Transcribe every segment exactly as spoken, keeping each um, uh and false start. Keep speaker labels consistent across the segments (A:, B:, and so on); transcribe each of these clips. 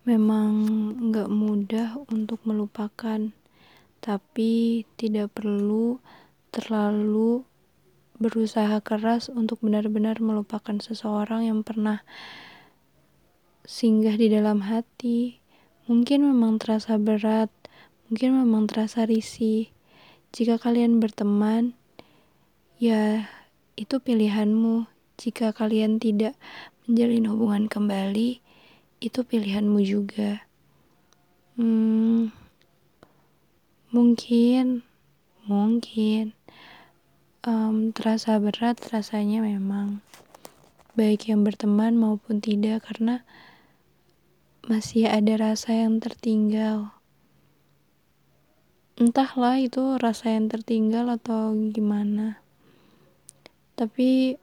A: Memang nggak mudah untuk melupakan, tapi tidak perlu terlalu berusaha keras untuk benar-benar melupakan seseorang yang pernah singgah di dalam hati. Mungkin memang terasa berat, mungkin memang terasa risih. Jika kalian berteman, ya itu pilihanmu. Jika kalian tidak menjalin hubungan kembali, itu pilihanmu juga. Hmm, mungkin, mungkin um, terasa berat rasanya memang. Baik yang berteman maupun tidak, karena masih ada rasa yang tertinggal. Entahlah itu rasa yang tertinggal atau gimana. Tapi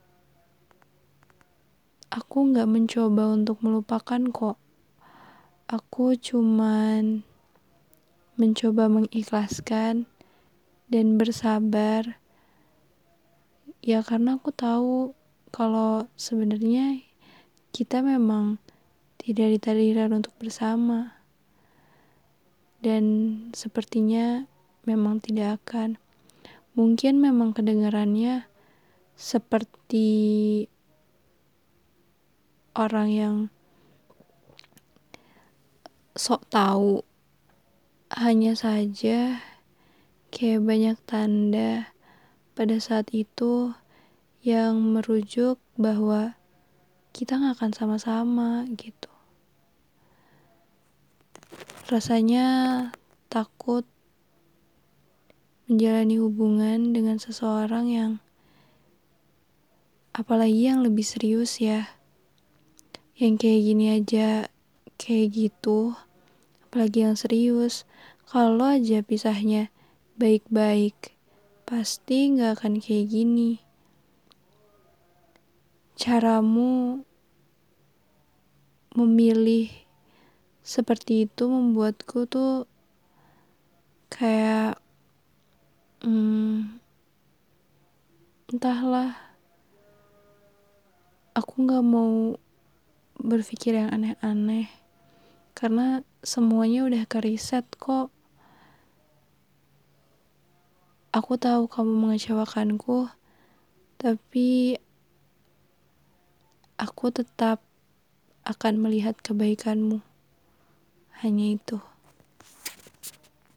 A: aku gak mencoba untuk melupakan kok. Aku cuman mencoba mengikhlaskan dan bersabar. Ya karena aku tahu kalau sebenarnya kita memang tidak ditakdirkan untuk bersama. Dan sepertinya memang tidak akan. Mungkin memang kedengarannya seperti orang yang sok tahu. Hanya saja kayak banyak tanda pada saat itu yang merujuk bahwa kita gak akan sama-sama gitu. Rasanya takut menjalani hubungan dengan seseorang yang, apalagi yang lebih serius ya, yang kayak gini aja kayak gitu, apalagi yang serius. Kalau aja pisahnya baik-baik, pasti gak akan kayak gini. Caramu memilih seperti itu membuatku tuh kayak hmm, entahlah, aku gak mau berpikir yang aneh-aneh karena semuanya udah keriset kok. Aku tahu kamu mengecewakanku, tapi aku tetap akan melihat kebaikanmu. Hanya itu.